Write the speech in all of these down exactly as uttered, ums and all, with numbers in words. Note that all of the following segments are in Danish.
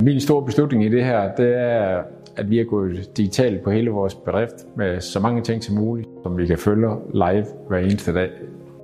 Min store beslutning i det her, det er, at vi er gået digitalt på hele vores bedrift med så mange ting som muligt, som vi kan følge live hver eneste dag.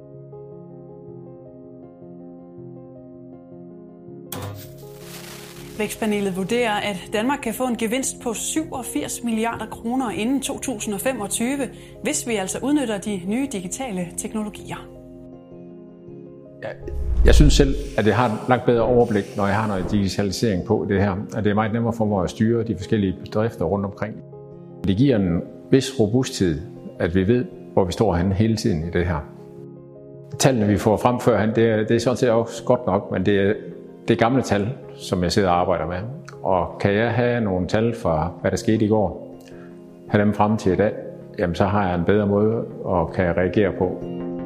Vækstpanelet vurderer, at Danmark kan få en gevinst på syvogfirs milliarder kroner inden to tusind og femogtyve, hvis vi altså udnytter de nye digitale teknologier. Ja, jeg synes selv, at jeg har et langt bedre overblik, når jeg har noget digitalisering på det her. At det er meget nemmere for mig at styre de forskellige bedrifter rundt omkring. Det giver en vis robusthed, at vi ved, hvor vi står henne hele tiden i det her. Tallene, vi får frem førhen, det er, det er sådan set også godt nok, men det er, det er gamle tal, som jeg sidder og arbejder med. Og kan jeg have nogle tal fra, hvad der skete i går, have dem frem til i dag, jamen så har jeg en bedre måde at kan reagere på.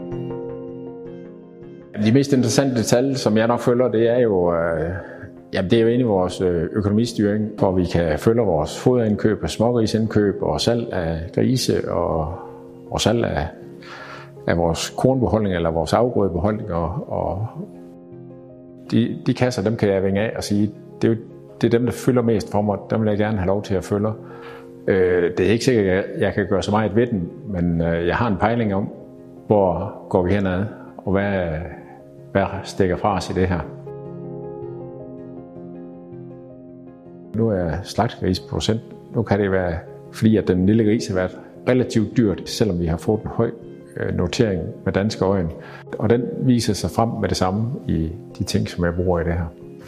De mest interessante tal, som jeg nok følger, det er jo, øh, jamen det er jo inde i vores økonomistyring, hvor vi kan følge vores foderindkøb, smågrisindkøb og salg af grise og, og salg af, af vores kornbeholdning eller vores afgrødebeholdning. Og, og de, de kasser, dem kan jeg vinge af og sige, det er, jo, det er dem, der fylder mest for mig. Dem vil jeg gerne have lov til at følge. Øh, det er ikke sikkert, at jeg kan gøre så meget ved den, men øh, jeg har en pejling om, hvor går vi henad, og hvad, hvad stikker fra os i det her. Nu er jeg slagtegrisproducent. Nu kan det være, fordi at den lille gris har været relativt dyrt, selvom vi har fået en høj notering med danske øjne. Og den viser sig frem med det samme i de ting, som jeg bruger i det her.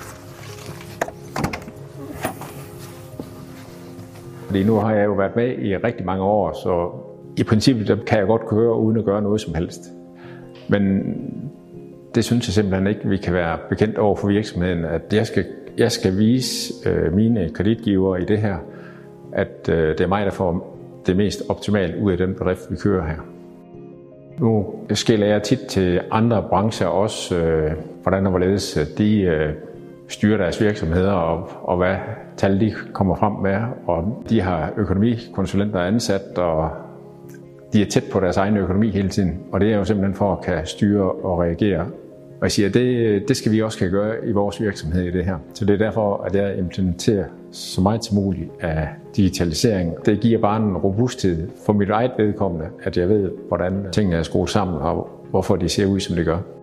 Fordi nu har jeg jo været med i rigtig mange år, så i princippet kan jeg godt køre uden at gøre noget som helst. Men det synes jeg simpelthen ikke, vi kan være bekendt over for virksomheden, at jeg skal, jeg skal vise øh, mine kreditgivere i det her, at øh, det er mig, der får det mest optimale ud af den bedrift, vi kører her. Nu skiller jeg tit til andre brancher også, øh, hvordan og hvorledes de øh, styrer deres virksomheder, og, og hvad tal de kommer frem med. Og de har økonomikonsulenter ansat, og de er tæt på deres egen økonomi hele tiden. Og det er jo simpelthen for at kan styre og reagere. Og jeg siger, at det, det skal vi også kan gøre i vores virksomhed i det her. Så det er derfor, at jeg implementerer så meget som muligt af digitalisering. Det giver bare en robusthed for mit eget vedkommende, at jeg ved, hvordan tingene er skruet sammen, og hvorfor de ser ud, som det gør.